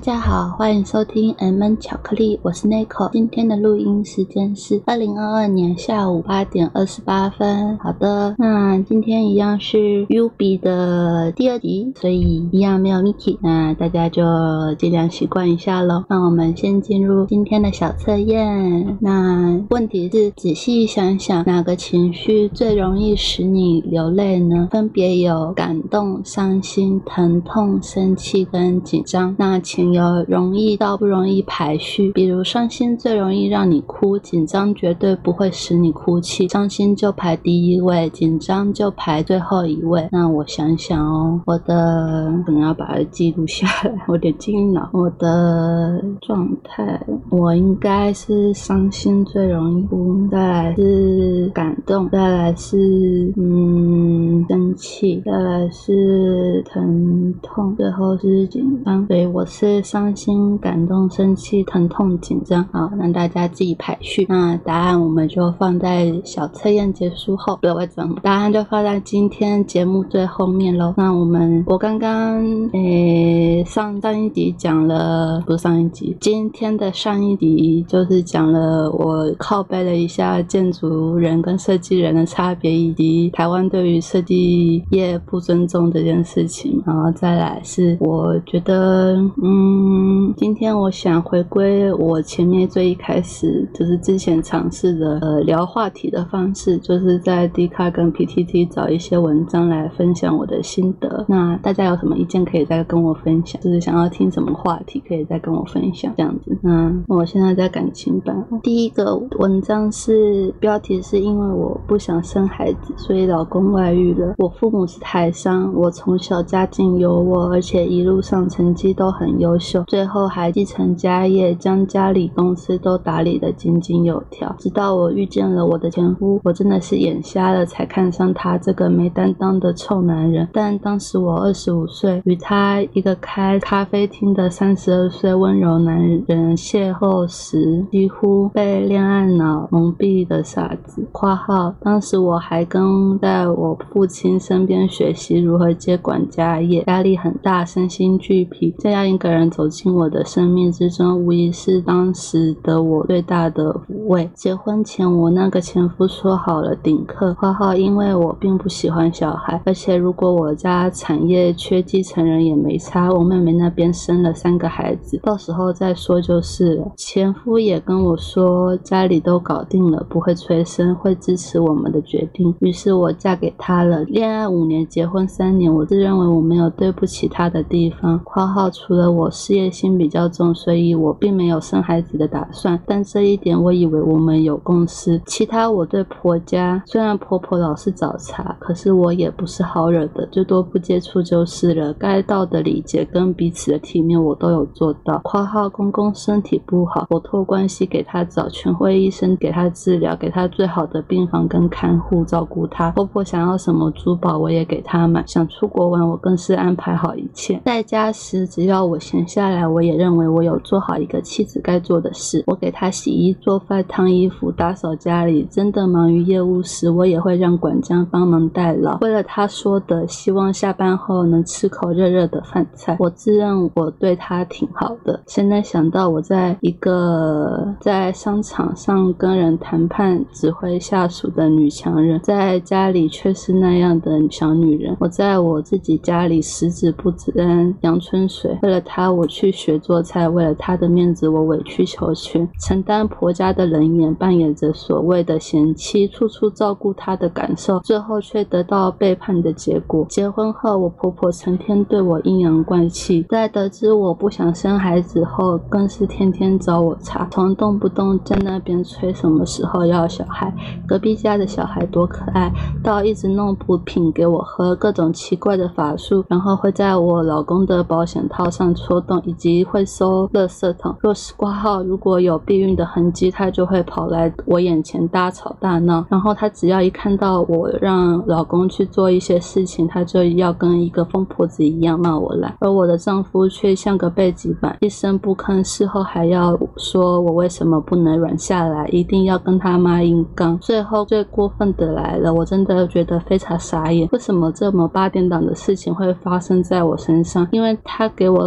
家好，欢迎收听 M 巧克力，我是 Nico。今天的录音时间是2022年下午8点28分。好的，那今天一样是 UB 的第2集，所以一样没有 Miki， 那大家就尽量习惯一下咯。那我们先进入今天的小测验。那问题是，仔细想想，哪个情绪最容易使你流泪呢？分别有感动、伤心、疼痛、生气跟紧张。那请由容易到不容易排序，比如伤心最容易让你哭，紧张绝对不会使你哭泣，伤心就排第1位，紧张就排最后1位。那我想想哦，我的可能要把它记录下来，我的惊脑，我的状态，我应该是伤心最容易哭，再来是感动，再来是生气，再来是疼痛，最后是紧张。所以我是伤心、感动、生气、疼痛、紧张。好，让大家自己排序。那答案我们就放在小测验结束后，不要外转，答案就放在今天节目最后面咯。那我刚刚上一集讲了，不是上一集，今天的上一集就是讲了我靠背了一下建筑人跟设计人的差别，以及台湾对于设计业不尊重这件事情。然后再来是我觉得今天我想回归我前面最一开始就是之前尝试的聊话题的方式，就是在 Dcard 跟 PTT 找一些文章来分享我的心得。那大家有什么意见可以再跟我分享，就是想要听什么话题可以再跟我分享这样子。那我现在在感情版，第一个文章是标题是因为我不想生孩子，所以老公外遇了。我父母是台商，我从小家境优渥，而且一路上成绩都很优秀，最后还继承家业，将家里公司都打理得井井有条。直到我遇见了我的前夫，我真的是眼瞎了才看上他这个没担当的臭男人。但当时我25岁，与他一个开咖啡厅的32岁温柔男人邂逅时，几乎被恋爱脑蒙蔽的傻子。括号当时我还跟在我父亲身边学习如何接管家业，压力很大，身心俱疲。这样一个人走进我的生命之中，无疑是当时的我最大的抚慰。结婚前我那个前夫说好了顶客，括号因为我并不喜欢小孩，而且如果我家产业缺继承人也没差，我妹妹那边生了3个孩子，到时候再说就是了。前夫也跟我说家里都搞定了，不会催生，会支持我们的决定。于是我嫁给他了，恋爱5年，结婚3年，我自认为我没有对不起他的地方。括号除了我事业心比较重，所以我并没有生孩子的打算，但这一点我以为我们有共识。其他我对婆家，虽然婆婆老是找茬，可是我也不是好惹的，最多不接触就是了。该到的礼节跟彼此的体面我都有做到。括号公公身体不好，我托关系给他找权威医生给他治疗，给他最好的病房跟看护照顾他。婆婆想要什么珠宝我也给他买，想出国玩我更是安排好一切。在家时只要我闲下来，我也认为我有做好一个妻子该做的事。我给他洗衣做饭烫衣服打扫家里，真的忙于业务时我也会让管家帮忙代劳。为了他说的希望下班后能吃口热热的饭菜，我自认我对他挺好的。现在想到我在商场上跟人谈判指挥下属的女强人，在家里却是那样的小女人。我在我自己家里十指不沾阳春水，为了他我去学做菜，为了他的面子我委曲求全，承担婆家的冷眼，扮演着所谓的贤妻，处处照顾他的感受，最后却得到背叛的结果。结婚后我婆婆成天对我阴阳怪气，在得知我不想生孩子后更是天天找我茬，从动不动在那边催什么时候要小孩，隔壁家的小孩多可爱，到一直弄补品给我喝，各种奇怪的法术，然后会在我老公的保险套上戳洞，以及会收垃圾桶。若是挂号如果有避孕的痕迹，他就会跑来我眼前大吵大闹，然后他只要一看到我让老公去做一些事情，他就要跟一个疯婆子一样骂我来，而我的丈夫却像个背脊板，一声不吭，事后还要说我为什么不能软下来，一定要跟他妈硬刚。最后最过分的来了，我真的觉得非常傻眼，为什么这么8点档的事情会发生在我身上？因为他给我老公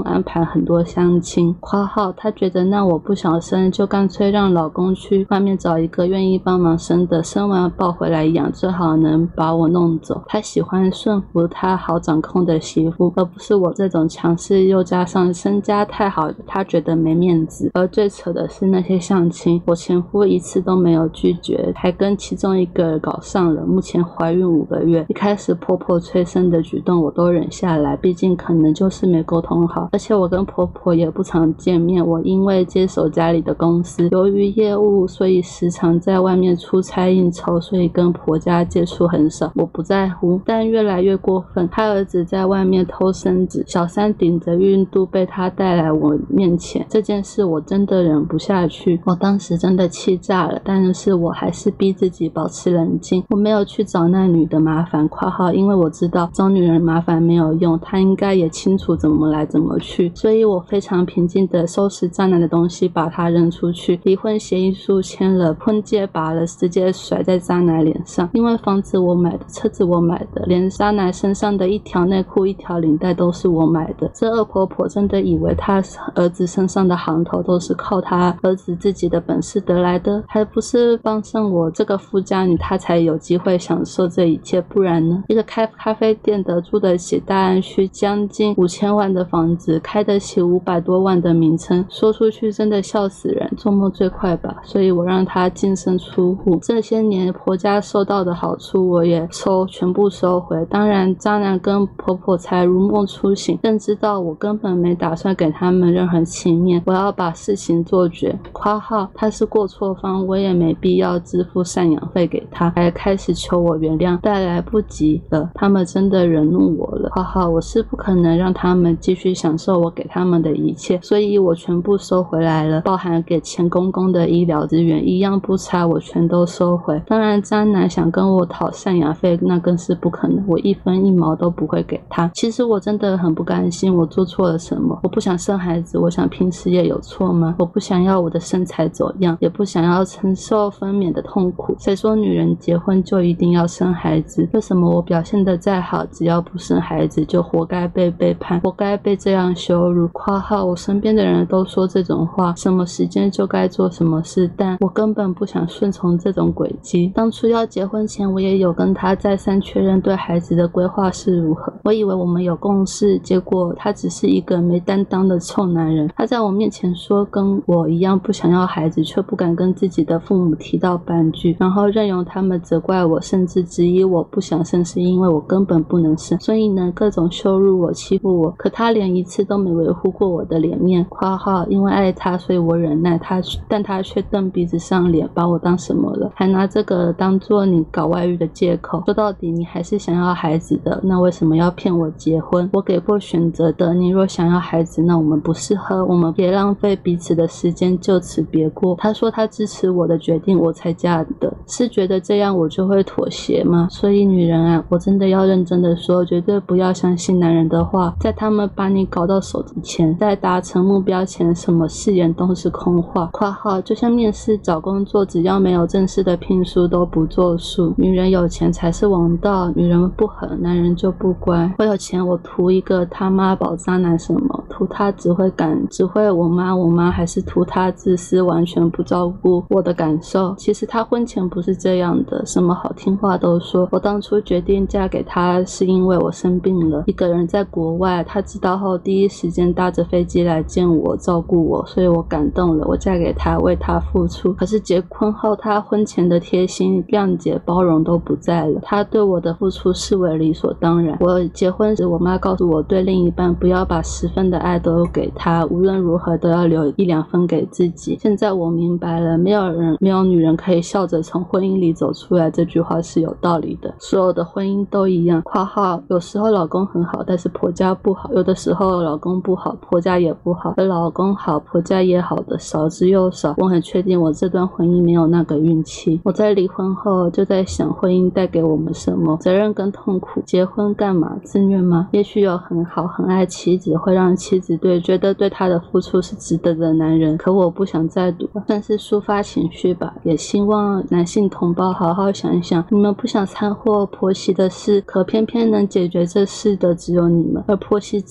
安排很多相亲。括号她觉得那我不想生，就干脆让老公去外面找一个愿意帮忙生的，生完抱回来养，最好能把我弄走。她喜欢顺服她好掌控的媳妇，而不是我这种强势又加上身家太好的，她觉得没面子。而最扯的是那些相亲，我前夫一次都没有拒绝，还跟其中一个搞上了，目前怀孕5个月。一开始婆婆催生的举动我都忍下来，毕竟可能就是没沟通好，而且我跟婆婆也不常见面。我因为接手家里的公司，由于业务，所以时常在外面出差应酬，所以跟婆家接触很少。我不在乎，但越来越过分。他儿子在外面偷生子，小三顶着孕肚被他带来我面前，这件事我真的忍不下去。我当时真的气炸了，但是我还是逼自己保持冷静。我没有去找那女的麻烦，括号因为我知道找女人麻烦没有用，她应该也清楚怎么来怎么去，所以我非常平静的收拾渣男的东西，把他扔出去。离婚协议书签了，婚戒拔了，直接甩在渣男脸上。因为房子我买的，车子我买的，连渣男身上的一条内裤一条领带都是我买的。这恶婆婆真的以为她儿子身上的行头都是靠她儿子自己的本事得来的，还不是帮上我这个富家女她才有机会享受这一切，不然呢？一个开咖啡店的，住得起大安区将近5000万的房子，开得起500多万的名称，说出去真的笑死人，做梦最快吧。所以我让她净身出户，这些年婆家受到的好处我也全部收回。当然渣男跟婆婆才如梦初醒，认知到我根本没打算给他们任何情面，我要把事情做绝。括号他是过错方，我也没必要支付赡养费给他，还开始求我原谅，但来不及了，他们真的惹怒我了。括号我是不可能让他们继续享受我给他们的一切，所以我全部收回来了，包含给前公公的医疗资源一样不差，我全都收回。当然渣男想跟我讨赡养费那更是不可能，我1分1毛都不会给他。其实我真的很不甘心，我做错了什么？我不想生孩子，我想拼事业有错吗？我不想要我的身材走样，也不想要承受分娩的痛苦。谁说女人结婚就一定要生孩子？为什么我表现得再好，只要不生孩子就活该被背叛，活该被这样羞辱？括号我身边的人都说这种话，什么时间就该做什么事，但我根本不想顺从这种轨迹。当初要结婚前，我也有跟他再三确认对孩子的规划是如何，我以为我们有共识，结果他只是一个没担当的臭男人。他在我面前说跟我一样不想要孩子，却不敢跟自己的父母提到半句，然后任由他们责怪我，甚至质疑我不想生是因为我根本不能生，所以呢各种羞辱我欺负我，可他连一次都没维护过我的脸面。括号因为爱他所以我忍耐他，但他却瞪鼻子上脸，把我当什么了？还拿这个当做你搞外遇的借口。说到底你还是想要孩子的，那为什么要骗我结婚？我给过选择的，你若想要孩子，那我们不适合，我们别浪费彼此的时间，就此别过。他说他支持我的决定，我才嫁的，是觉得这样我就会妥协吗？所以女人啊，我真的要认真的说，绝对不要相信男人的话，在他们把你搞到手之前，在达成目标前，什么誓言都是空话。括号就像面试找工作，只要没有正式的聘书都不作数。女人有钱才是王道，女人不狠，男人就不乖。我有钱，我图一个他妈宝渣男什么？图他只会我妈，还是图他自私，完全不照顾我的感受？其实他婚前不是这样的，什么好听话都说。我当初决定嫁给他是因为我生病了，一个人在国外，他知道后第一时间搭着飞机来见我，照顾我，所以我感动了，我嫁给他，为他付出。可是结婚后，他婚前的贴心、谅解、包容都不在了，他对我的付出视为理所当然。我结婚时，我妈告诉我，对另一半不要把10分的爱都给他，无论如何都要留1-2分给自己。现在我明白了，没有女人可以笑着从婚姻里走出来，这句话是有道理的。所有的婚姻都一样。括号有时候老公很好，但是婆家不好；有的时候老公不好，婆家也不好，而老公好，婆家也好的少之又少。我很确定我这段婚姻没有那个运气。我在离婚后就在想，婚姻带给我们什么？责任跟痛苦。结婚干嘛？自虐吗？也许有很好很爱妻子，会让妻子觉得对他的付出是值得的男人，可我不想再读了，算是抒发情绪吧。也希望男性同胞好好想一想，你们不想掺和婆媳的事，可偏偏能解决这事的只有你们，而婆媳之间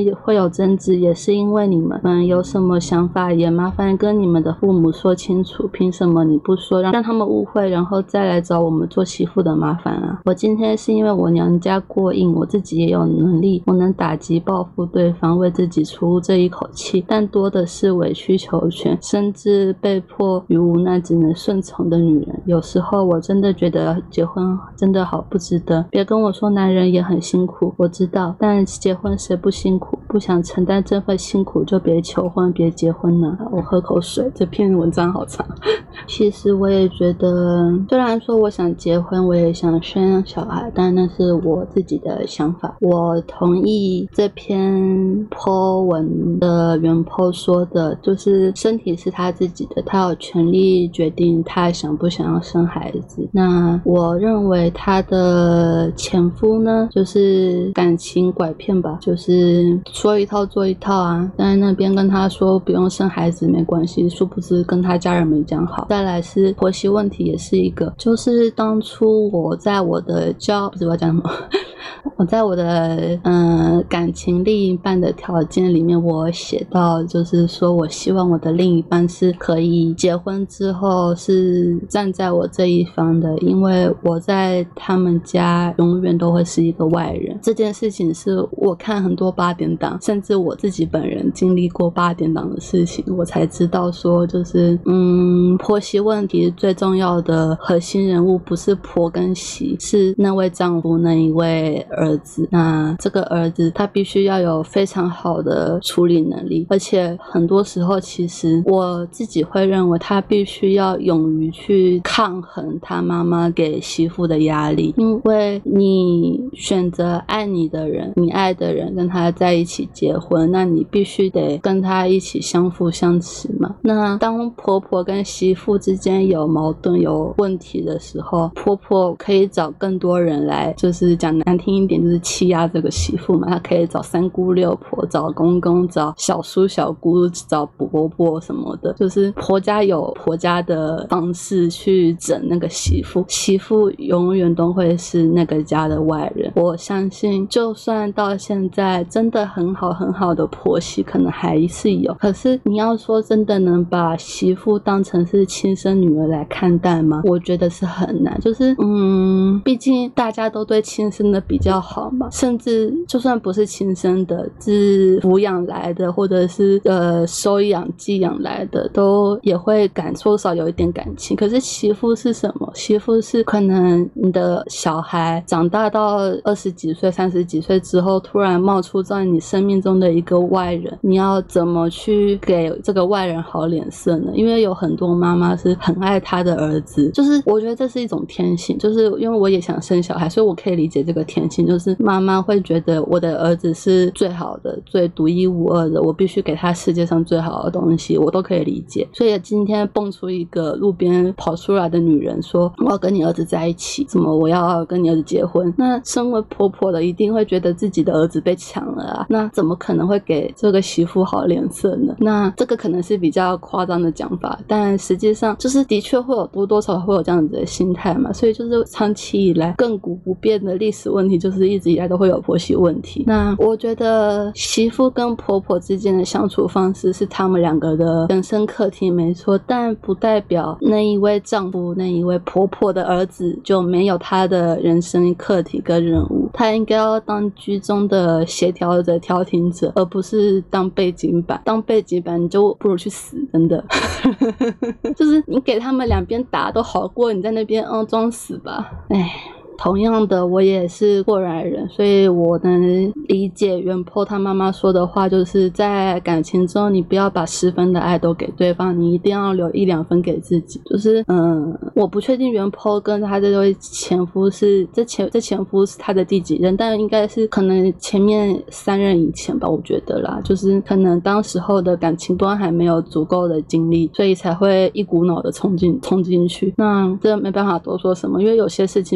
会有争执，也是因为你们有什么想法也麻烦跟你们的父母说清楚，凭什么你不说，让他们误会然后再来找我们做媳妇的麻烦啊。我今天是因为我娘家过硬，我自己也有能力，我能打击报复对方，为自己出这一口气，但多的是委曲求全，甚至被迫与无奈只能顺从的女人。有时候我真的觉得结婚真的好不值得。别跟我说男人也很辛苦，我知道，但结婚谁不辛苦？不想承担这份辛苦就别求婚别结婚了。我喝口水，这篇文章好长。其实我也觉得，虽然说我想结婚，我也想生小孩，但那是我自己的想法。我同意这篇 po 文的原 po 说的，就是身体是他自己的，他有权利决定他想不想要生孩子。那我认为他的前夫呢，就是感情拐骗吧，就是说一套做一套啊，在那边跟他说不用生孩子没关系，殊不知跟他家人没讲好。再来是婆媳问题，也是一个，就是当初我在我的不知道讲什么我在我的感情另一半的条件里面，我写到就是说我希望我的另一半是可以结婚之后是站在我这一方的，因为我在他们家永远都会是一个外人。这件事情是我看很多8点档，甚至我自己本人经历过8点档的事情，我才知道说就是婆媳问题最重要的核心人物不是婆跟媳，是那位丈夫那一位儿子。那这个儿子他必须要有非常好的处理能力，而且很多时候其实我自己会认为他必须要勇于去抗衡他妈妈给媳妇的压力，因为你选择爱你的人，你爱的人跟他在一起结婚，那你必须得跟他一起相辅相持嘛。那当婆婆跟媳妇之间有矛盾有问题的时候，婆婆可以找更多人来，就是讲难听一点就是欺压这个媳妇嘛，她可以找三姑六婆，找公公，找小叔小姑，找伯伯什么的，就是婆家有婆家的方式去整那个媳妇，媳妇永远都会是那个家的外人。我相信就算到现在真的很好很好的婆媳可能还是有，可是你要说真的能把媳妇当成是亲生女儿来看待吗？我觉得是很难，就是毕竟大家都对亲生的比较好嘛，甚至就算不是亲生的，是抚养来的或者是收养寄养来的，都也会多少有一点感情。可是媳妇是什么？媳妇是可能你的小孩长大到20几岁30几岁之后，突然冒出在你生命中的一个外人，你要怎么去给这个外人好脸色呢？因为有很多妈妈是很爱她的儿子，就是我觉得这是一种天性，就是因为我也想生小孩，所以我可以理解这个天性，就是妈妈会觉得我的儿子是最好的最独一无二的，我必须给他世界上最好的东西，我都可以理解。所以今天蹦出一个路边跑出来的女人说我要跟你儿子在一起，怎么我要跟你儿子结婚，那身为婆婆的一定会觉得自己的儿子被抢了啊，那怎么可能会给这个媳妇好脸色呢？那这个可能是比较夸张的讲法，但实际上就是的确会有多少会有这样子的心态嘛。所以就是长期以来亘古不变的历史问题，就是一直以来都会有婆媳问题。那我觉得媳妇跟婆婆之间的相处方式是他们两个的人生课题没错，但不代表那一位丈夫那一位婆婆的儿子就没有他的人生课题跟任务，他应该要当居中的协调者调停者，而不是当背景板。当背景板你就不如去死，真的就是你给他们两边打都好过你在那边装死吧。同样的我也是过来人，所以我能理解原 po 他妈妈说的话，就是在感情中你不要把10分的爱都给对方，你一定要留1-2分给自己。就是我不确定原 po 跟他这位前夫是这前夫是他的第几任，但应该是可能前面3任以前吧，我觉得啦，就是可能当时候的感情观还没有足够的精力，所以才会一股脑的冲进去。那这没办法多说什么，因为有些事情必须得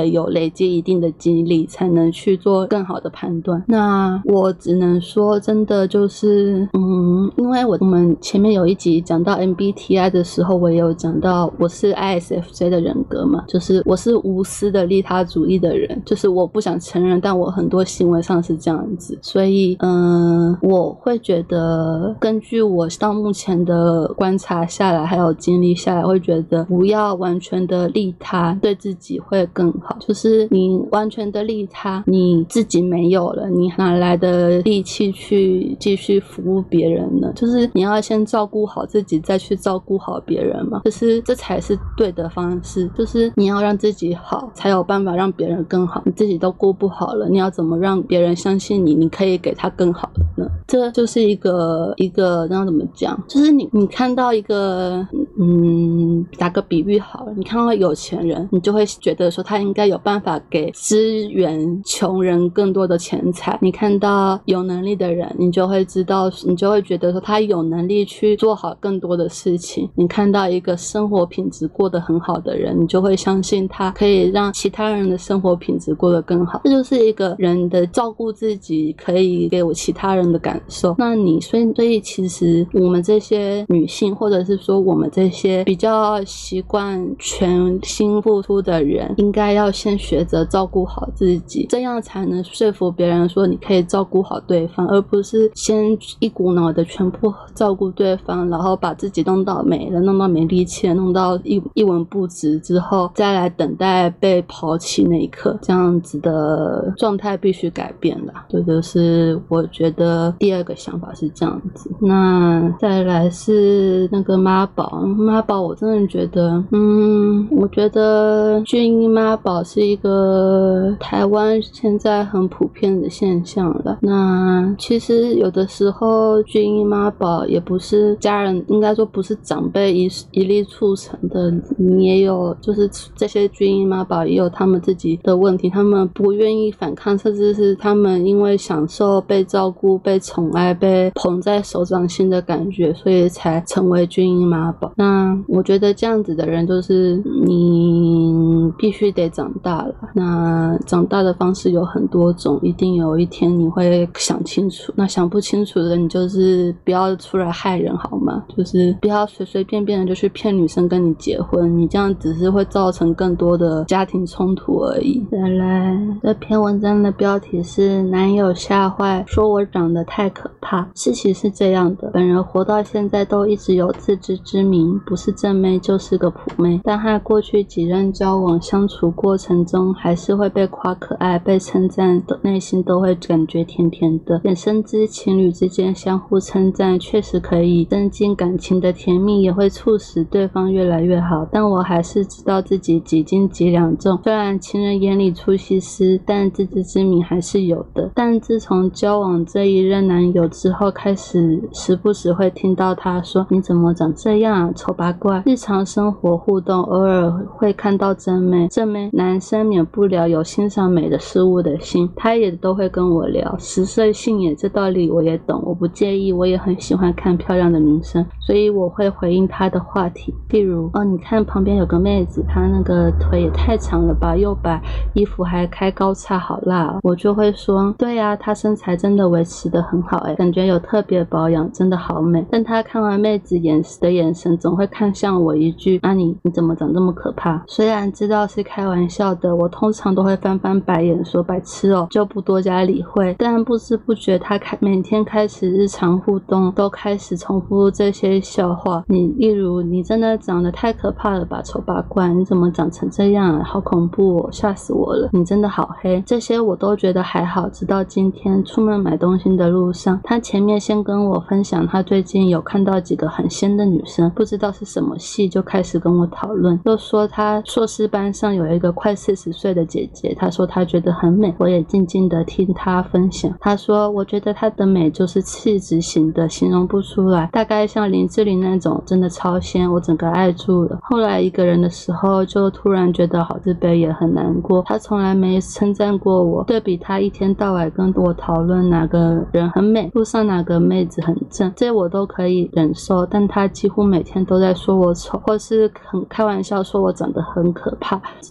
也有累积一定的经历才能去做更好的判断。那我只能说真的就是因为我们前面有一集讲到 MBTI 的时候，我也有讲到我是 ISFJ 的人格嘛，就是我是无私的利他主义的人，就是我不想承认，但我很多行为上是这样子。所以我会觉得根据我到目前的观察下来还有经历下来，会觉得不要完全的利他对自己会更好。就是你完全的利他，你自己没有了，你哪来的力气去继续服务别人呢？就是你要先照顾好自己，再去照顾好别人嘛，就是这才是对的方式。就是你要让自己好，才有办法让别人更好。你自己都过不好了，你要怎么让别人相信你，你可以给他更好的呢？这就是一个那怎么讲，就是你看到一个打个比喻好了，你看到有钱人，你就会觉得说他应该有办法给支援穷人更多的钱财。你看到有能力的人，你就会觉得说他有能力去做好更多的事情。你看到一个生活品质过得很好的人，你就会相信他可以让其他人的生活品质过得更好。这就是一个人的照顾自己可以给我其他人的感受。那所以其实我们这些女性，或者是说我们这些比较习惯全心付出的人，应该要先学着照顾好自己，这样才能说服别人说你可以照顾好对方，而不是先一股脑的全部照顾对方，然后把自己弄到没了，弄到没力气了，弄到一文不值之后，再来等待被抛弃那一刻。这样子的状态必须改变啦。这就是我觉得第二个想法是这样子。那再来是那个妈宝，我真的觉得我觉得军医妈宝是一个台湾现在很普遍的现象了。那其实有的时候军医妈宝也不是家人，应该说不是长辈一力促成的，你也有就是这些军医妈宝也有他们自己的问题，他们不愿意反抗，甚至是他们因为享受被照顾、被宠爱、被捧在手掌心的感觉，所以才成为军医妈宝。那我觉得这样子的人就是你必须得长大了。那长大的方式有很多种，一定有一天你会想清楚。那想不清楚的，你就是不要出来害人好吗？就是不要随随便便的就去骗女生跟你结婚，你这样只是会造成更多的家庭冲突而已。再来，这篇文章的标题是男友吓坏，说我长得太可怕。事情是这样的，本人活到现在都一直有自知之明，不是正妹就是个普妹，但和过去几任交往相处过程中，还是会被夸可爱，被称赞的内心都会感觉甜甜的。衍生之情侣之间相互称赞，确实可以增进感情的甜蜜，也会促使对方越来越好。但我还是知道自己几斤几两重，虽然情人眼里出西施，但自知之明还是有的。但自从交往这一任男友之后，开始时不时会听到他说你怎么长这样啊，丑八怪。日常生活互动偶尔会看到正妹，男生免不了有欣赏美的事物的心，他也都会跟我聊。食色性也，这道理我也懂，我不介意，我也很喜欢看漂亮的女生，所以我会回应他的话题。例如你看旁边有个妹子，她那个腿也太长了吧，又把衣服还开高叉，好辣哦。我就会说对啊，她身材真的维持得很好感觉有特别保养，真的好美。但他看完妹子的眼神总会看向我一句你怎么长这么可怕。虽然知道是开玩笑的，我通常都会翻翻白眼说白痴哦，就不多加理会。但不知不觉他每天开始日常互动都开始重复这些笑话。例如你真的长得太可怕了吧，丑八怪，你怎么长成这样好恐怖哦，吓死我了，你真的好黑。这些我都觉得还好，直到今天出门买东西的路上，他前面先跟我分享他最近有看到几个很仙的女生，不知道是什么系，就开始跟我讨论，又说他硕士班上有一个快40岁的姐姐，他说他觉得很美，我也静静的听他分享。他说我觉得她的美就是气质型的，形容不出来，大概像林志玲那种，真的超仙，我整个爱住了。后来一个人的时候就突然觉得好自卑也很难过，他从来没称赞过我，对比他一天到晚跟我讨论哪个人很美，路上哪个妹子很正，这我都可以忍受，但他几乎每天都在说我丑，或是很开玩笑说我长得很可怕。直到昨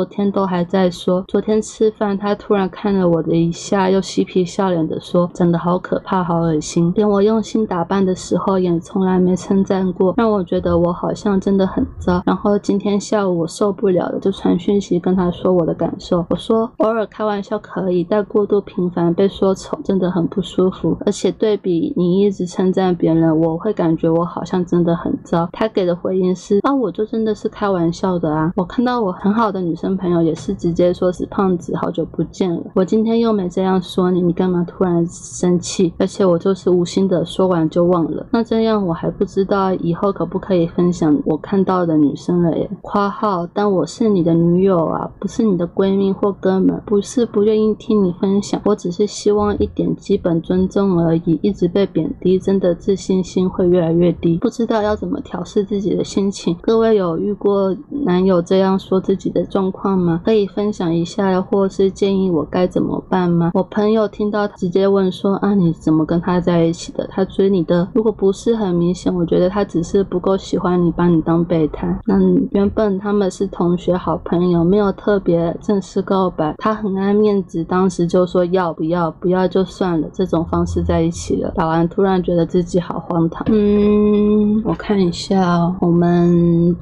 昨天都还在说，昨天吃饭他突然看了我的一下，又嬉皮笑脸的说长得好可怕好恶心，连我用心打扮的时候也从来没称赞过，让我觉得我好像真的很糟。然后今天下午我受不了了，就传讯息跟他说我的感受，我说偶尔开玩笑可以，但过度频繁被说丑真的很不舒服，而且对比你一直称赞别人，我会感觉我好像真的很糟。他给的回应是我就真的是开玩笑的啊。我看到我很好的女生朋友也是直接说死胖子好久不见了，我今天又没这样说你，你干嘛突然生气？而且我就是无心的说完就忘了，那这样我还不知道以后可不可以分享我看到的女生了耶。括号但我是你的女友啊，不是你的闺蜜或哥们，不是不愿意听你分享，我只是希望一点基本尊重而已，一直被贬低真的自信心会越来越低，不知道要怎么调试自己的心情。各位有遇过男友这样说自己的状况吗？可以分享一下，或是建议我该怎么办吗？我朋友听到直接问说你怎么跟他在一起的？他追你的如果不是很明显，我觉得他只是不够喜欢你，把你当备胎。那原本他们是同学好朋友，没有特别正式告白，他很爱面子，当时就说要不要就算了，这种方式在一起了。打完突然觉得自己好荒唐。我看一下我们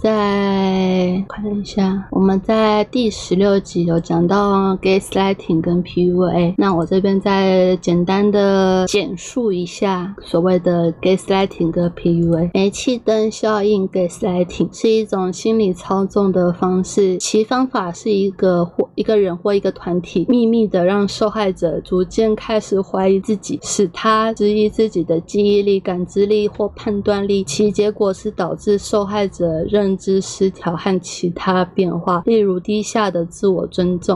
在第16集有讲到 gaslighting 跟 PUA， 那我这边再简单的简述一下所谓的 gaslighting 跟 PUA。 煤气灯效应 gaslighting 是一种心理操纵的方式，其方法是一个人或一个团体秘密的让受害者逐渐开始怀疑自己，使他质疑自己的记忆力、感知力或判断力，其结果是导致受害者认知失调和其他变化，例如低下的自我尊重。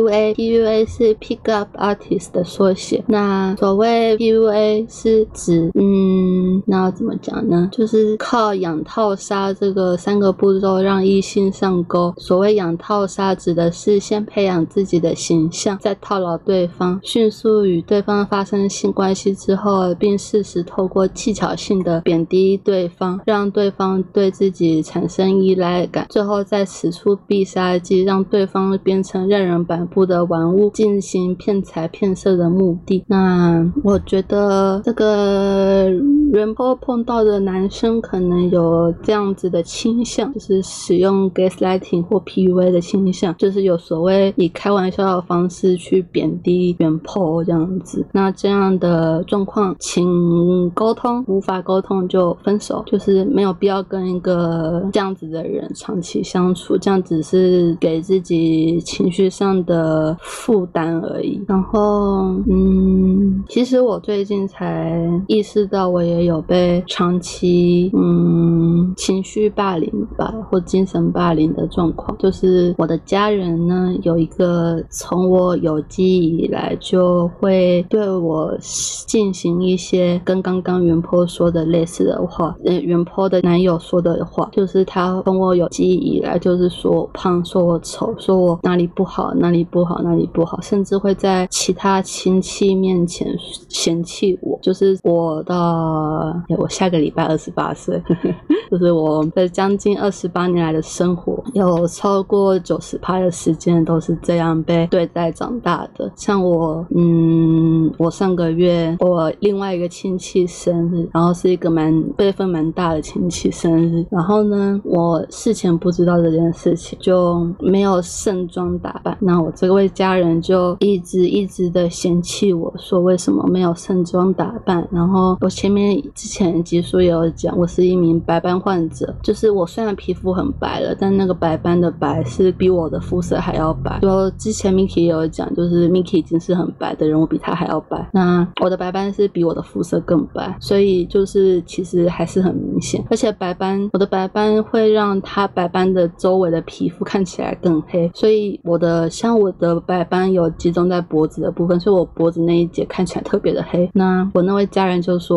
PUA 是 Pick Up Artist 的缩写。那所谓 PUA 是指那要怎么讲呢？就是靠养套杀这个3个步骤让异性上钩。所谓养套杀指的是先培养自己的形象，再套牢对方，迅速与对方发生性关系之后，并适时透过技巧性的贬低对方，让对方对自己产生依赖感，最后再使出必杀技，让对方变成任人摆布的玩物，进行骗财骗色的目的。那我觉得这个人碰到的男生可能有这样子的倾向，就是使用 gaslighting 或 PUA 的倾向，就是有所谓以开玩笑的方式去贬低原 po 这样子。那这样的状况请沟通，无法沟通就分手，就是没有必要跟一个这样子的人长期相处，这样只是给自己情绪上的负担而已。然后其实我最近才意识到我也有被长期情绪霸凌吧，或精神霸凌的状况。就是我的家人呢，有一个从我有记忆以来就会对我进行一些跟刚刚原 po 说的类似的话，原 po 的男友说的话，就是他从我有记忆以来就是说我胖，说我丑，说我哪里不好，甚至会在其他亲戚面前嫌弃我。就是我下个礼拜28岁就是我在将近28年来的生活，有超过 90% 的时间都是这样被对待长大的。像我上个月我另外一个亲戚生日，然后是一个辈分蛮大的亲戚生日，然后呢我事前不知道这件事情，就没有盛装打扮，那我这位家人就一直的嫌弃我，说为什么没有盛装打扮。然后我之前集数也有讲，我是一名白斑患者，就是我虽然皮肤很白了，但那个白斑的白是比我的肤色还要白。就之前 Miki 也有讲，就是 Miki 已经是很白的人，我比他还要白，那我的白斑是比我的肤色更白，所以就是其实还是很明显。而且我的白斑会让它白斑的周围的皮肤看起来更黑，所以我的白斑有集中在脖子的部分，所以我脖子那一节看起来特别的黑。那我那位家人就说，你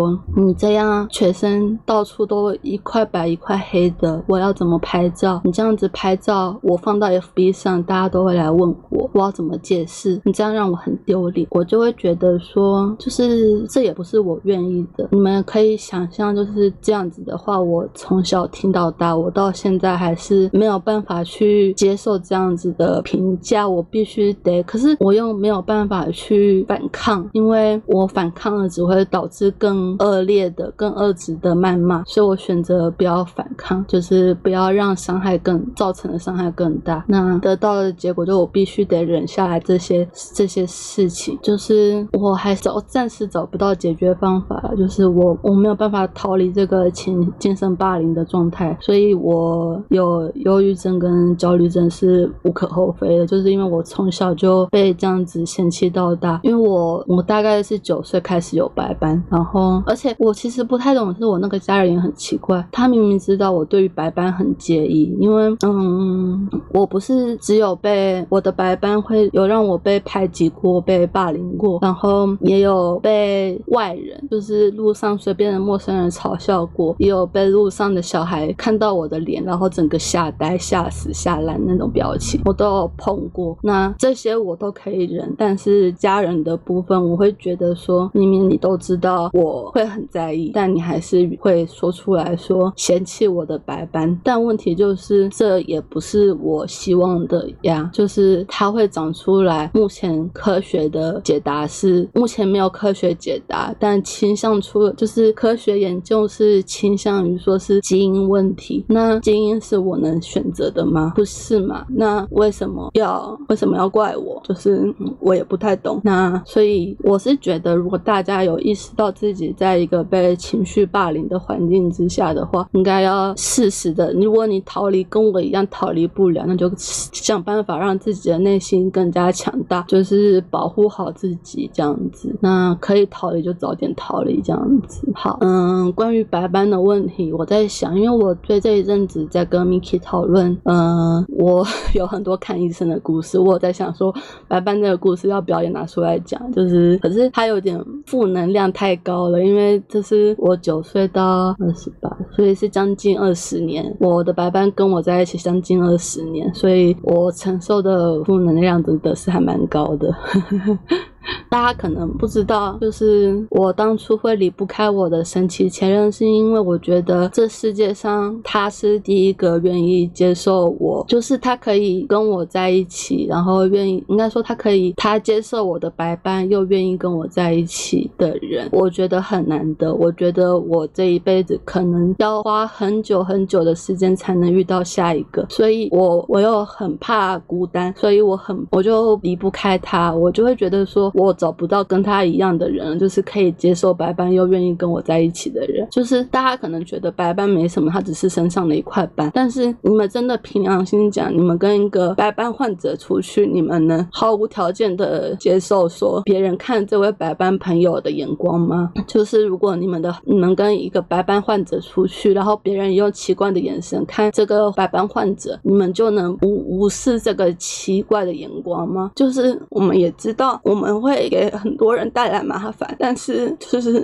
你这样全身到处都一块白一块黑的，我要怎么拍照？你这样子拍照，我放到 FB 上，大家都会来问我要怎么解释，你这样让我很丢脸。我就会觉得说，就是这也不是我愿意的。你们可以想象，就是这样子的话，我从小听到大，我到现在还是没有办法去接受这样子的评价，我必须得，可是我又没有办法去反抗，因为我反抗了只会导致更恶劣的、更恶质的谩骂，所以我选择不要反抗，就是不要让造成的伤害更大。那得到的结果就我必须得忍下来这些事情，就是我还暂时找不到解决方法，就是我没有办法逃离这个精神霸凌的状态，所以我有忧郁症跟焦虑症是无可厚非的，就是因为我从小就被这样子嫌弃到大。因为我大概是9岁开始有白斑，然后而且我其实不太懂，是我那个家人也很奇怪，他明明知道我对于白斑很介意，因为我不是只有被我的白斑会有让我被排挤过、被霸凌过，然后也有被外人，就是路上随便的陌生人嘲笑过，也有被路上的小孩看到我的脸然后整个吓呆、吓死、吓烂那种表情，我都有碰过。那这些我都可以忍，但是家人的部分我会觉得说，明明你都知道我会很在意，但你还是会说出来说嫌弃我的白斑。但问题就是这也不是我希望的呀，就是它会长出来，目前科学的解答是目前没有科学解答，但倾向出就是科学研究是倾向于说是基因问题。那基因是我能选择的吗？不是嘛？那为什么要怪我？就是我也不太懂。那所以我是觉得，如果大家有意识到自己在一个被情绪霸凌的环境之下的话，应该要适时的，如果你跟我一样逃离不了，那就想办法让自己的内心更加强大，就是保护好自己这样子。那可以逃离就早点逃离这样子。好，关于白斑的问题，我在想，因为我对这一阵子在跟 Miki 讨论，我有很多看医生的故事，我在想说白斑这个故事要不要也拿出来讲，就是可是它有点负能量太高了，因为这是我9岁到28，所以是将近20年，我的白斑跟我在一起将近20年，所以我承受的负能量真的是还蛮高的。大家可能不知道，就是我当初会离不开我的神奇前任，是因为我觉得这世界上他是第一个愿意接受我，就是他可以跟我在一起，然后应该说他接受我的白斑又愿意跟我在一起的人，我觉得很难得。我觉得我这一辈子可能要花很久很久的时间才能遇到下一个，所以我又很怕孤单，所以我就离不开他，我就会觉得说我找不到跟他一样的人，就是可以接受白斑又愿意跟我在一起的人。就是大家可能觉得白斑没什么，他只是身上的一块斑，但是你们真的凭良心讲，你们跟一个白斑患者出去，你们能毫无条件的接受说别人看这位白斑朋友的眼光吗？就是如果你们跟一个白斑患者出去，然后别人用奇怪的眼神看这个白斑患者，你们就能无视这个奇怪的眼光吗？就是我们也知道我们会给很多人带来麻烦，但是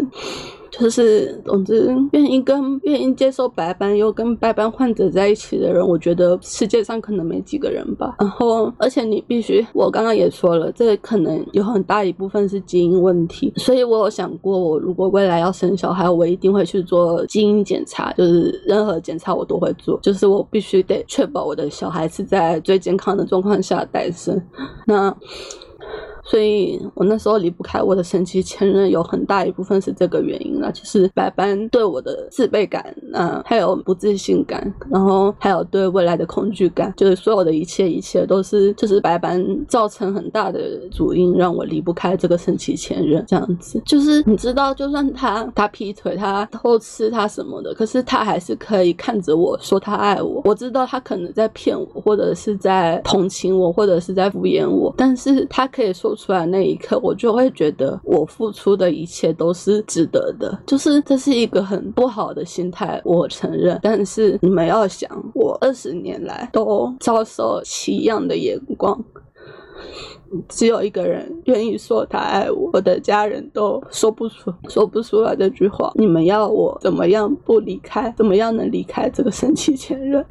总之愿意接受白斑又跟白斑患者在一起的人，我觉得世界上可能没几个人吧。然后而且你必须，我刚刚也说了，这可能有很大一部分是基因问题，所以我有想过，我如果未来要生小孩，我一定会去做基因检查，就是任何检查我都会做，就是我必须得确保我的小孩是在最健康的状况下诞生。所以我那时候离不开我的神奇前任，有很大一部分是这个原因啦，就是白斑对我的自卑感，还有不自信感，然后还有对未来的恐惧感，就是所有的一切都是就是白斑造成很大的主因，让我离不开这个神奇前任这样子。就是你知道，就算他劈腿，他偷吃，他什么的，可是他还是可以看着我说他爱我。我知道他可能在骗我，或者是在同情我，或者是在敷衍我，但是他可以说出来那一刻，我就会觉得我付出的一切都是值得的。就是这是一个很不好的心态，我承认，但是你们要想，我20年来都遭受奇样的眼光， 只有一个人愿意说他爱我，我的家人都说不出来这句话。你们要我怎么样不离开，怎么样能离开这个生气前任？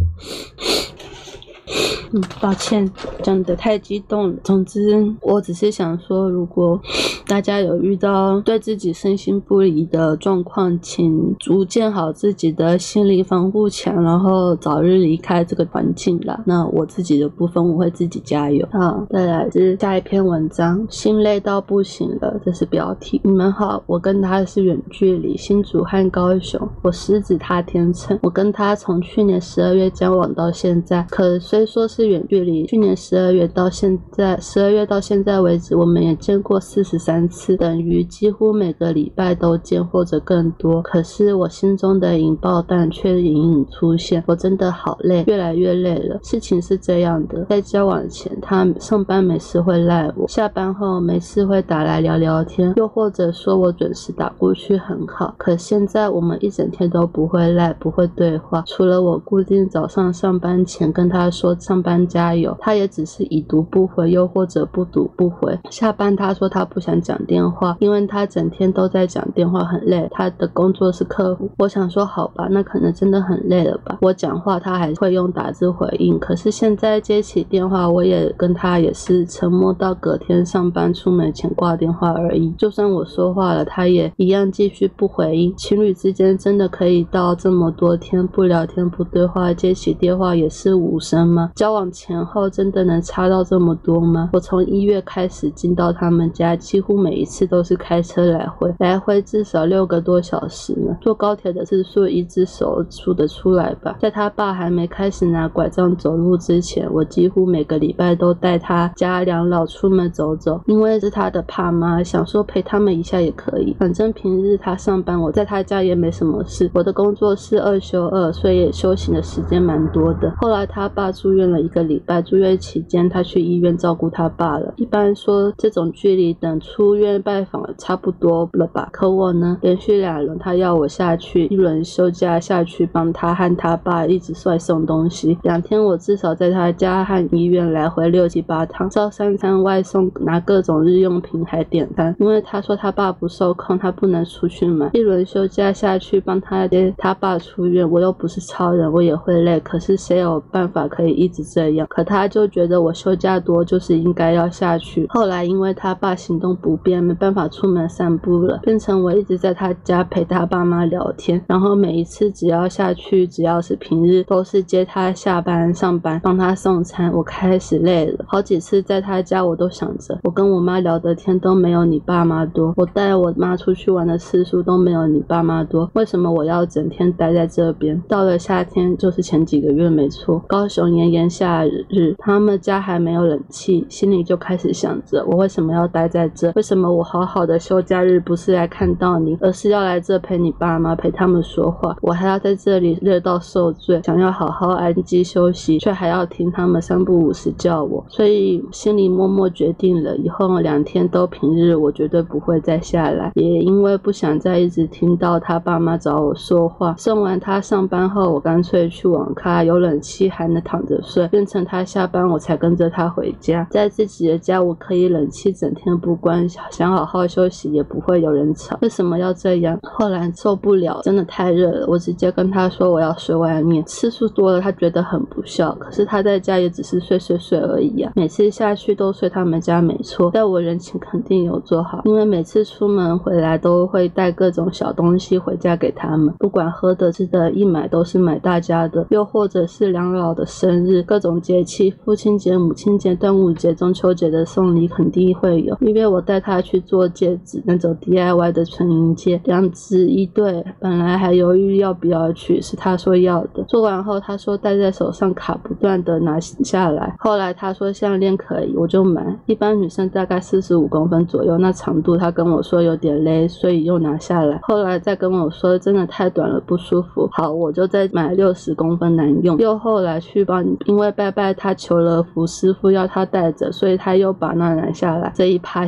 抱歉，讲得太激动了。总之，我只是想说，如果大家有遇到对自己身心不离的状况，请逐建好自己的心理防护墙，然后早日离开这个环境啦。那我自己的部分，我会自己加油。好，再来是下一篇文章，心累到不行了，这是标题。你们好，我跟他是远距离，新竹和高雄，我狮子他天秤。我跟他从去年12月交往到现在，可虽说是远距离，去年12月到现在为止，我们也见过43次，等于几乎每个礼拜都见或者更多。可是我心中的引爆弹却隐隐出现，我真的好累，越来越累了。事情是这样的，在交往前，他上班没事会赖我，下班后没事会打来聊聊天，又或者说我准时打过去很好。可现在我们一整天都不会赖，不会对话，除了我固定早上上班前跟他说上班加油，他也只是已读不回，又或者不读不回。下班他说他不想讲电话，因为他整天都在讲电话，很累，他的工作是客服。我想说好吧，那可能真的很累了吧。我讲话他还会用打字回应，可是现在接起电话，我也跟他也是沉默到隔天上班出门前挂电话而已。就算我说话了，他也一样继续不回应。情侣之间真的可以到这么多天不聊天不对话，接起电话也是无声吗？交往前后真的能差到这么多吗？我从1月开始进到他们家，几乎每一次都是开车来回至少6个多小时呢。坐高铁的次数一只手数得出来吧。在他爸还没开始拿拐杖走路之前，我几乎每个礼拜都带他家两老出门走走，因为是他的爸妈，想说陪他们一下也可以。反正平日他上班，我在他家也没什么事。我的工作是2休2，所以也休息的时间蛮多的。后来他爸住院了1个礼拜，住院期间他去医院照顾他爸了。一般说这种距离等出院拜访差不多了吧，可我呢，连续2轮他要我下去，一轮休假下去帮他和他爸一直外送东西。2天我至少在他家和医院来回6、7、8趟，照3餐外送，拿各种日用品还点单。因为他说他爸不受控，他不能出去买。一轮休假下去帮他接他爸出院，我又不是超人，我也会累，可是谁有办法可以一直这样？可他就觉得我休假多就是应该要下去。后来因为他爸行动不便，没办法出门散步了，变成我一直在他家陪他爸妈聊天。然后每一次只要下去，只要是平日，都是接他下班上班，帮他送餐。我开始累了，好几次在他家我都想着，我跟我妈聊的天都没有你爸妈多，我带我妈出去玩的次数都没有你爸妈多，为什么我要整天待在这边？到了夏天，就是前几个月没错，高雄炎炎夏日，他们家还没有冷气，心里就开始想着，我为什么要待在这？为什么我好好的休假日不是来看到你，而是要来这陪你爸妈，陪他们说话？我还要在这里热到受罪，想要好好安静休息，却还要听他们3不5时叫我。所以心里默默决定了，以后2天都平日，我绝对不会再下来。也因为不想再一直听到他爸妈找我说话，送完他上班后，我干脆去网咖，有冷气还能躺着睡，变成他下班我才跟着他回家。在自己的家，我可以冷气整天不关，想好好休息也不会有人吵，为什么要这样？后来受不了，真的太热了，我直接跟他说我要睡外面。次数多了他觉得很不孝，可是他在家也只是睡而已啊。每次下去都睡他们家没错，但我人情肯定有做好，因为每次出门回来都会带各种小东西回家给他们，不管喝的吃的，一买都是买大家的，又或者是两老的生日，各种节气，父亲节、母亲节、端午节、中秋节的送礼肯定会有。因为我带他去做戒指，那种 DIY 的纯银戒，2只1对，本来还犹豫要不要去，是他说要的。做完后他说戴在手上卡不断的拿下来，后来他说项链可以，我就买。一般女生大概45公分左右，那长度他跟我说有点勒，所以又拿下来。后来再跟我说真的太短了不舒服，好，我就再买60公分难用。又后来去帮，因为拜拜他求了福师傅要他戴着，所以他又把那拿下来。这一趴心里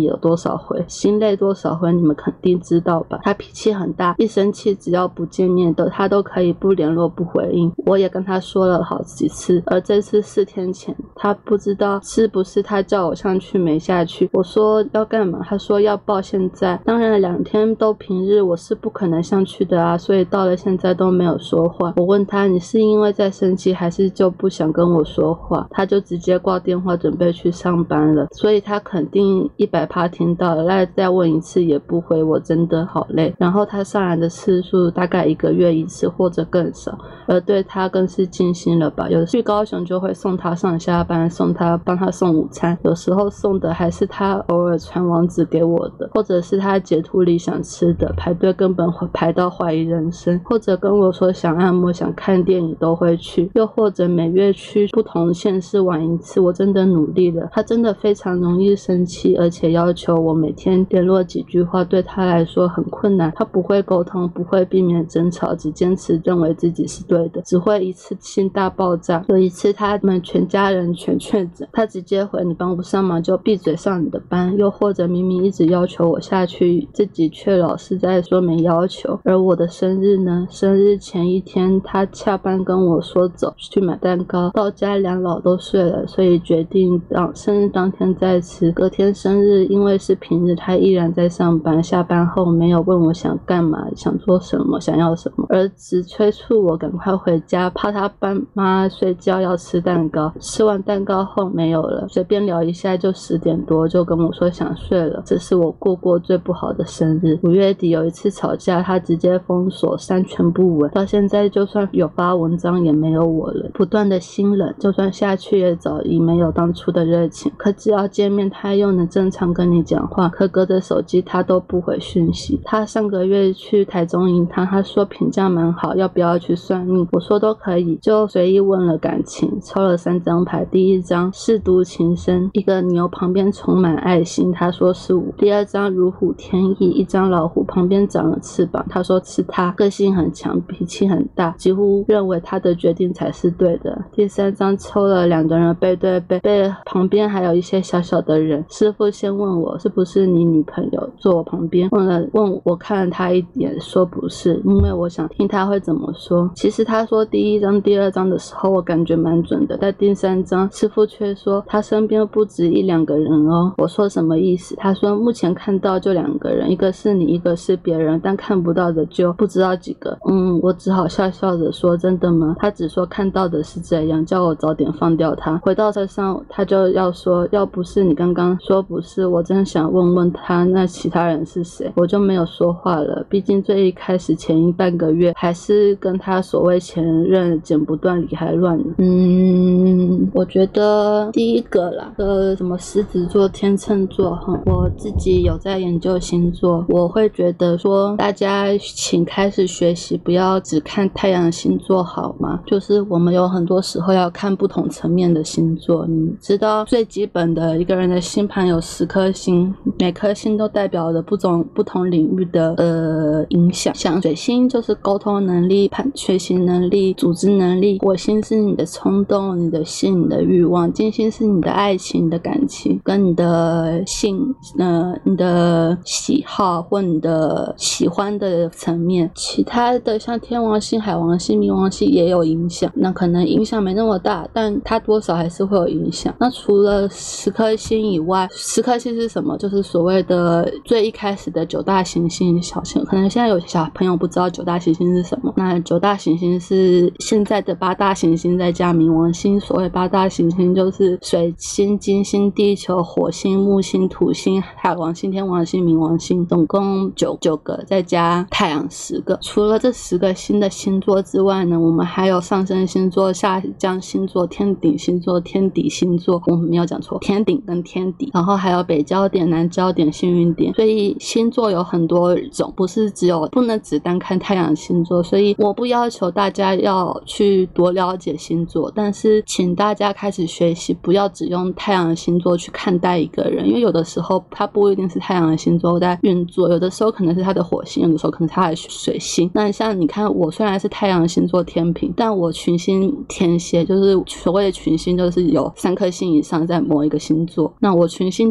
有多少回，心累多少回，你们肯定知道吧。他脾气很大，一生气只要不见面他都可以不联络不回应，我也跟他说了好几次，而这次4天前他不知道是不是他叫我上去没下去，我说要干嘛，他说要报现在，当然2天都平日，我是不可能上去的啊，所以到了现在都没有说话。我问他你是因为在生气还是就不想跟我说话，他就直接挂电话准备去上班了，所以他肯定100%听到了，再问一次也不回，我真的好累。然后他上来的次数大概1个月1次或者更少，而对他更是尽心了吧。有的去高雄就会送他上下班，帮他送午餐，有时候送的还是他偶尔传网址给我的，或者是他截图里想吃的，排队根本排到怀疑人生，或者跟我说想按摩想看电影都会去，又或者每月去不同县市玩1次。我真的努力了，他真的非常容易生气，而且要求我每天联络几句话对他来说很困难，他不会沟通，不会避免争吵，只坚持认为自己是对的，只会一次性大爆炸。有一次他们全家人全确诊，他直接回你帮不上忙就闭嘴上你的班，又或者明明一直要求我下去，自己却老是在说没要求。而我的生日呢，生日前1天他下班跟我说走去买蛋糕，到家2老都睡了，所以决定生日当天再吃。隔天生日因为是平日，他依然在上班，下班后没有问我想干嘛想做什么想要什么，而只催促我赶快回家，怕他爸妈睡觉要吃蛋糕。吃完蛋糕后没有了，随便聊一下就10点多就跟我说想睡了。这是我过最不好的生日。5月底有一次吵架，他直接封锁删全部文，到现在就算有发文章也没有我了，不断的心冷，就算下去也早已没有当初的热情。可只要见面他又能正常跟你讲话，可隔着手机他都不回讯息。他上个月去台中银汤，他说评价蛮好，要不要去算命，我说都可以，就随意问了感情，抽了3张牌，第1张舐犊情深，一个牛旁边充满爱心，他说是我；第2张如虎添翼，一张老虎旁边长了翅膀，他说是他，个性很强，脾气很大，几乎认为他的决定才是对的。第3张抽了2个人背对背，旁边还有一些小小的人。师父先问我是不是你女朋友，坐我旁边，问我看了他一眼，说不是，因为我想听他会怎么说。其实他说第1张第2张的时候我感觉蛮准的，但第3张师父却说他身边不止1、2个人哦。我说什么意思？他说目前看到就2个人，一个是你，一个是别人，但看不到的就不知道几个。我只好笑笑的说真的吗？他只说看到的是这样，叫我早点放掉他。回到车上他就要说要不是你刚刚说不是，我真想问问他那其他人是谁。我就没有说话了，毕竟最一开始前半个月还是跟他所谓前任剪不断理还乱。我觉得第一个啦，什么狮子座天秤座我自己有在研究星座，我会觉得说大家请开始学习不要只看太阳星座好吗？就是我们有很多时候要看不同层面的星座。你知道最基本的一个人的星盘有10颗星，每颗星都代表着不同领域的影响。像水星就是沟通能力、学习能力、组织能力，火星是你的冲动、你的性、你的欲望，金星是你的爱情、你的感情跟你的性你的喜好或你的喜欢的层面。其他的像天王星、海王星、冥王星也有影响，那可能影响没那么大，但它多少还是会有影响。那除了10颗星以外，10颗星是什么？就是所谓的最一开始的9大行星。可能现在有小朋友不知道9大行星是什么，那9大行星是现在的8大行星再加冥王星。所谓8大行星就是水星、金星、地球、火星、木星、土星、海王星、天王星、冥王星，总共9个，再加太阳10个。除了这10个星的星座之外呢，我们还有上升星座、下降星座、天顶星座、天底星座，我们没有讲错，天顶跟天底，然后还有北焦点、南焦点、幸运点。所以星座有很多种，不能只单看太阳星座。所以我不要求大家要去多了解星座，但是请大家开始学习，不要只用太阳星座去看待一个人，因为有的时候它不一定是太阳的星座在运作，有的时候可能是他的火星，有的时候可能是他的水星。那像你看我虽然是太阳星座天秤，但我群星天蝎，就是所谓的群星就是有3颗星以上在某一个星座。那我群星天蝎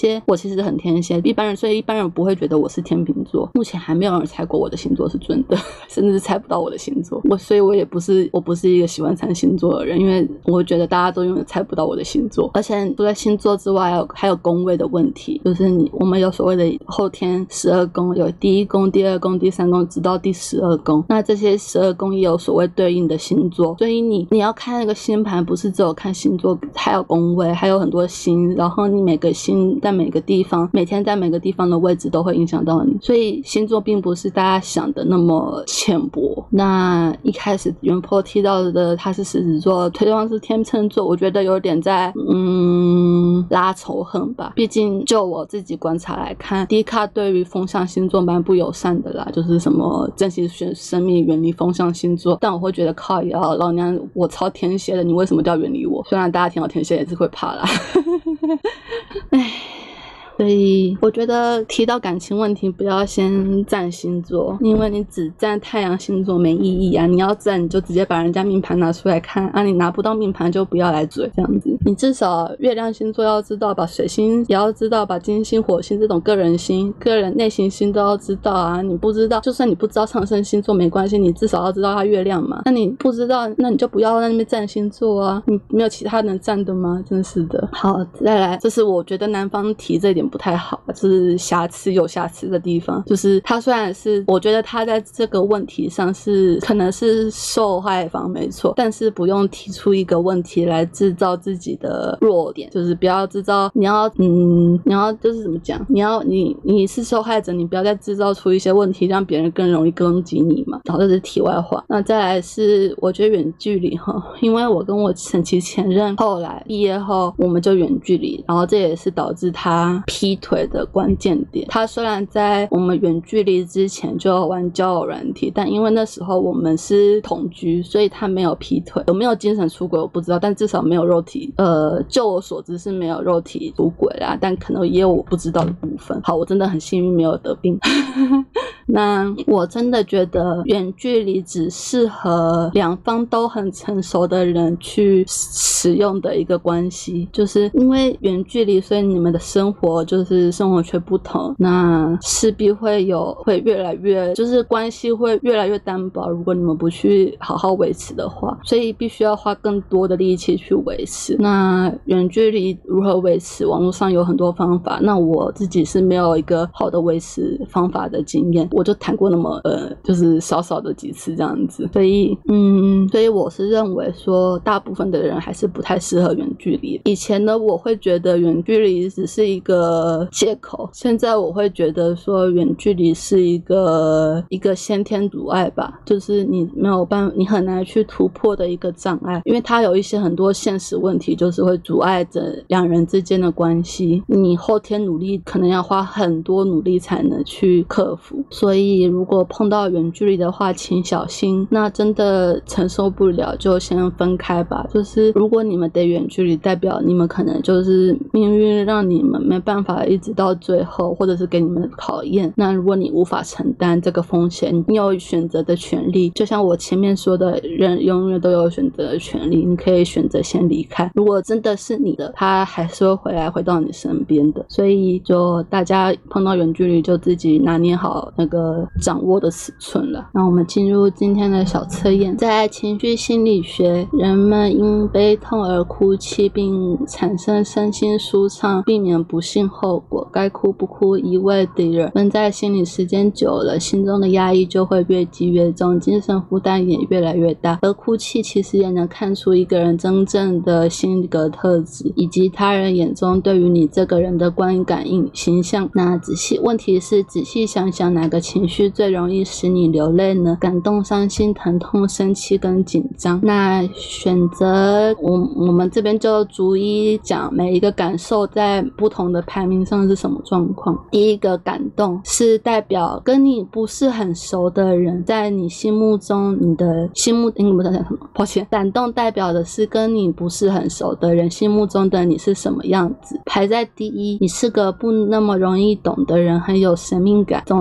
蝎，我其实很天蝎，所以一般人不会觉得我是天秤座。目前还没有人猜过我的星座是准的，甚至是猜不到我的星座。所以我不是一个喜欢猜星座的人，因为我觉得大家都永远猜不到我的星座。而且除了星座之外，还有宫位的问题，就是我们有所谓的后天12宫，有第1宫、第2宫、第3宫，直到第12宫。那这些12宫也有所谓对应的星座，所以你要看那个星盘，不是只有看星座，还有宫位，还有很多星，然后你每个星在每个地方，每天在每个地方的位置都会影响到你，所以星座并不是大家想的那么浅薄。那一开始原坡提到的他是狮子座，对方是天秤座，我觉得有点在拉仇恨吧。毕竟就我自己观察来看，迪卡对于风象星座蛮不友善的啦，就是什么珍惜生命，远离风象星座。但我会觉得靠腰，老娘我超天蝎的，你为什么就要远离我？虽然大家听到天蝎也是会怕啦。唉，所以我觉得提到感情问题不要先占星座，因为你只占太阳星座没意义啊。你要占你就直接把人家命盘拿出来看啊，你拿不到命盘就不要来嘴这样子。你至少月亮星座要知道，把水星也要知道，把金星、火星这种个人星、个人内行星都要知道啊。你不知道，就算你不知道上升星座没关系，你至少要知道它月亮嘛。那你不知道，那你就不要在那边占星座啊，你没有其他能占的吗？真是的。好，再来，这是我觉得男方提这一点不太好，就是有瑕疵的地方，就是他虽然是我觉得他在这个问题上是可能是受害方没错，但是不用提出一个问题来制造自己的弱点，就是不要制造你要就是怎么讲，你是受害者，你不要再制造出一些问题让别人更容易攻击你嘛。然后这是题外话。那再来是我觉得远距离因为我跟我前任后来毕业后我们就远距离，然后这也是导致他劈腿的关键点。他虽然在我们远距离之前就玩交友软体，但因为那时候我们是同居，所以他没有劈腿。有没有精神出轨我不知道，但至少没有肉体就我所知是没有肉体出轨啦，但可能也有我不知道的部分。好，我真的很幸运没有得病。那我真的觉得远距离只适合两方都很成熟的人去使用的一个关系，就是因为远距离，所以你们的生活圈不同，那势必会越来越，就是关系会越来越单薄，如果你们不去好好维持的话，所以必须要花更多的力气去维持。那远距离如何维持，网络上有很多方法，那我自己是没有一个好的维持方法的经验，我就谈过那么就是少少的几次这样子，所以我是认为说大部分的人还是不太适合远距离。以前呢我会觉得远距离只是一个借口，现在我会觉得说远距离是一个先天阻碍吧，就是你没有办法，你很难去突破的一个障碍，因为它有一些很多现实问题，就是会阻碍着两人之间的关系，你后天努力可能要花很多努力才能去克服。所以如果碰到远距离的话请小心，那真的承受不了就先分开吧。就是如果你们得远距离，代表你们可能就是命运让你们没办法一直到最后，或者是给你们的考验。那如果你无法承担这个风险，你有选择的权利，就像我前面说的，人永远都有选择的权利，你可以选择先离开，如果真的是你的，他还是会回到你身边的。所以就大家碰到远距离就自己拿捏好那个掌握的尺寸了。那我们进入今天的小测验。在情绪心理学，人们因悲痛而哭泣并产生身心舒畅，避免不幸后果。该哭不哭一位敌人，闷在心里时间久了，心中的压抑就会越积越重，精神负担也越来越大。而哭泣其实也能看出一个人真正的性格特质，以及他人眼中对于你这个人的观感形象。那问题是仔细想想，哪个情绪最容易使你流泪呢？感动、伤心、疼痛、生气跟紧张。那选择我们这边就逐一讲每一个感受在不同的排名上是什么状况。第一个感动是代表跟你不是很熟的人，在你心目中，你的心目不知道讲什么，抱歉。感动代表的是跟你不是很熟的人心目中的你是什么样子。排在第一，你是个不那么容易懂的人，很有神秘感，总让人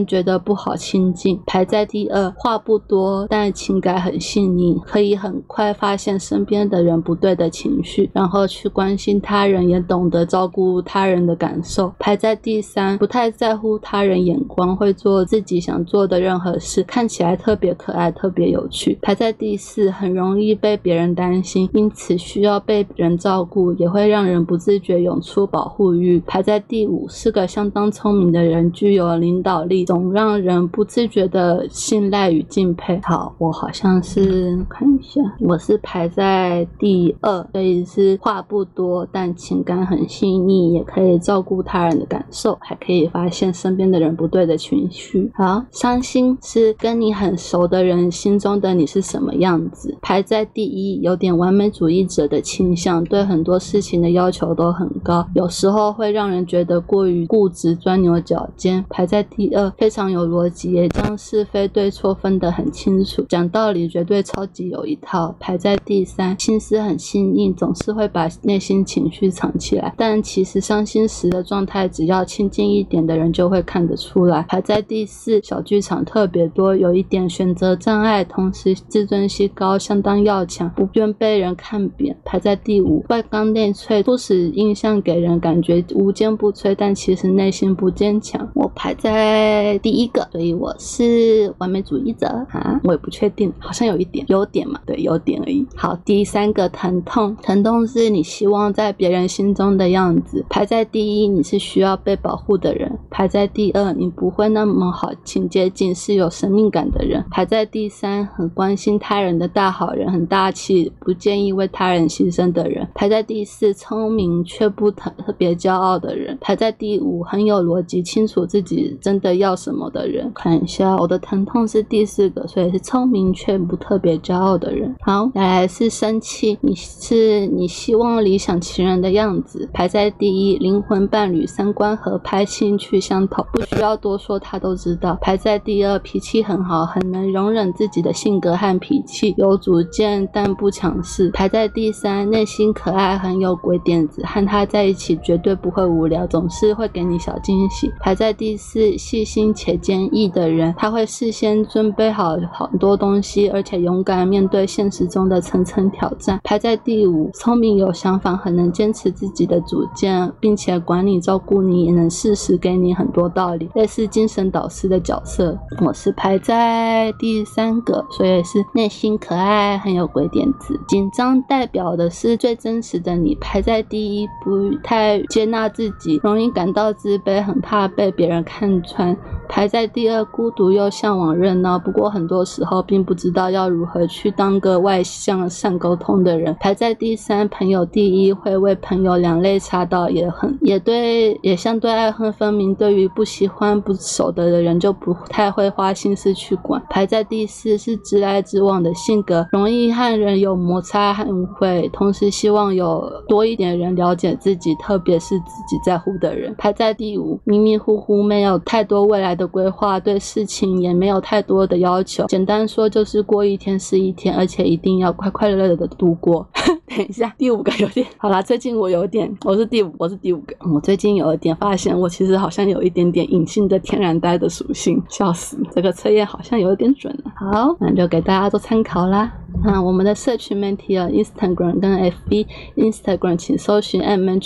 觉得不好亲近。排在第二，话不多但情感很细腻，可以很快发现身边的人不对的情绪，然后去关心他人，也懂得照顾他人的感受。排在第三，不太在乎他人眼光，会做自己想做的任何事，看起来特别可爱，特别有趣。排在第四，很容易被别人担心，因此需要被人照顾，也会让人不自觉涌出保护欲。排在第五，是个相当聪明的人，具有领导力，总让人不自觉的信赖与敬佩。好，我好像是看一下，我是排在第二，所以是话不多但情感很细腻，也可以照顾他人的感受，还可以发现身边的人不对的情绪。好，伤心是跟你很熟的人心中的你是什么样子。排在第一，有点完美主义者的倾向，对很多事情的要求都很高，有时候会让人觉得过于固执，钻牛角尖。排在第二，非常有逻辑，也将是非对错分得很清楚，讲道理绝对超级有一套。排在第三，心思很细腻，总是会把内心情绪藏起来，但其实伤心时的状态只要亲近一点的人就会看得出来。排在第四，小剧场特别多，有一点选择障碍，同时自尊心高，相当要强，不愿被人看扁。排在第五，外刚内脆，初始印象给人感觉无坚不摧，但其实内心不坚强。我排在第一个，所以我是完美主义者啊，我也不确定，好像有一点，有点嘛，对，有点而已。好，第三个疼痛，疼痛是你希望在别人心中的样子。排在第一，你是需要被保护的人。排在第二，你不会那么好请接近，是有生命感的人。排在第三，很关心他人的大好人，很大气，不建议为他人牺牲的人。排在第四，聪明却不特别骄傲的人。排在第五，很有逻辑，清楚自己真的要什么的人。看一下，我的疼痛是第四个，所以是聪明却不特别骄傲的人。好，再来是生气，你希望理想情人的样子。排在第一，灵魂伴侣，三观合拍，兴趣相投，不需要多说他都知道。排在第二，脾气很好，很能容忍自己的性格和脾气，有主见但不强势。排在第三，内心可爱，很有鬼点子，和他在一起绝对不会无聊，总是会给你小惊喜。排在第四，细心且坚毅的人，他会事先准备好很多东西，而且勇敢面对现实中的层层挑战。排在第五，聪明有想法，很能坚持自己的主见，并且管你照顾你，也能适时给你很多道理，类似精神导师的角色。我是排在第三个，所以是内心可爱，很有鬼点子。紧张代表的是最真实的你。排在第一，不太接纳自己，容易感到自卑，很怕被别人看穿。排在第二，孤独又向往热闹，不过很多时候并不知道要如何去当个外向善沟通的人。排在第三，朋友第一，会为朋友两肋插刀，也相对爱恨分明，对于不喜欢不熟的人就不太会花心思去管。排在第四，是直来直往的性格，容易和人有摩擦和误会，同时希望有多一点人了解自己，特别是自己在乎的人。排在第五，迷迷糊糊，没有太多未来的规划，对事情也没有太多的要求，简单说就是过一天是一天，而且一定要快快乐乐的度过。等一下，第五个有点好啦，最近我是第五个，我最近有一点发现我其实好像有一点点隐性的天然呆的属性，笑死，这个测验好像有一点准了。好，那就给大家做参考啦。那我们的社群媒体有 Instagram 跟 FB， Instagram 请搜寻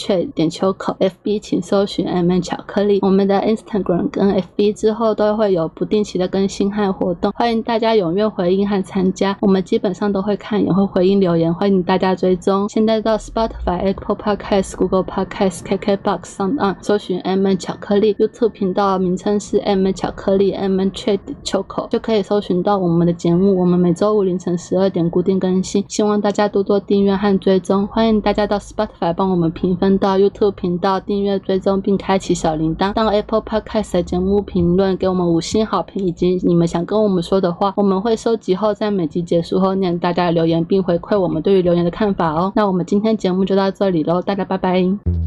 mn_choco，FB 请搜寻 mn 巧克力。我们的 Instagram 跟 FB 之后都会有不定期的更新和活动，欢迎大家踊跃回应和参加，我们基本上都会看，也会回应留言，欢迎大家追踪。现在到 Spotify、Apple Podcast、Google Podcast、KKBox、SoundOn 搜寻 mn 巧克力， YouTube 频道名称是 mn 巧克力 mn_choco 就可以搜寻到我们的节目。我们每周五凌晨12点固定更新，希望大家多多订阅和追踪，欢迎大家到 Spotify 帮我们评分，到 YouTube 频道订阅追踪并开启小铃铛，到 Apple Podcast 的节目评论给我们5星好评，以及你们想跟我们说的话，我们会收集后在每集结束后念大家的留言，并回馈我们对于留言的看法哦。那我们今天节目就到这里咯，大家拜拜。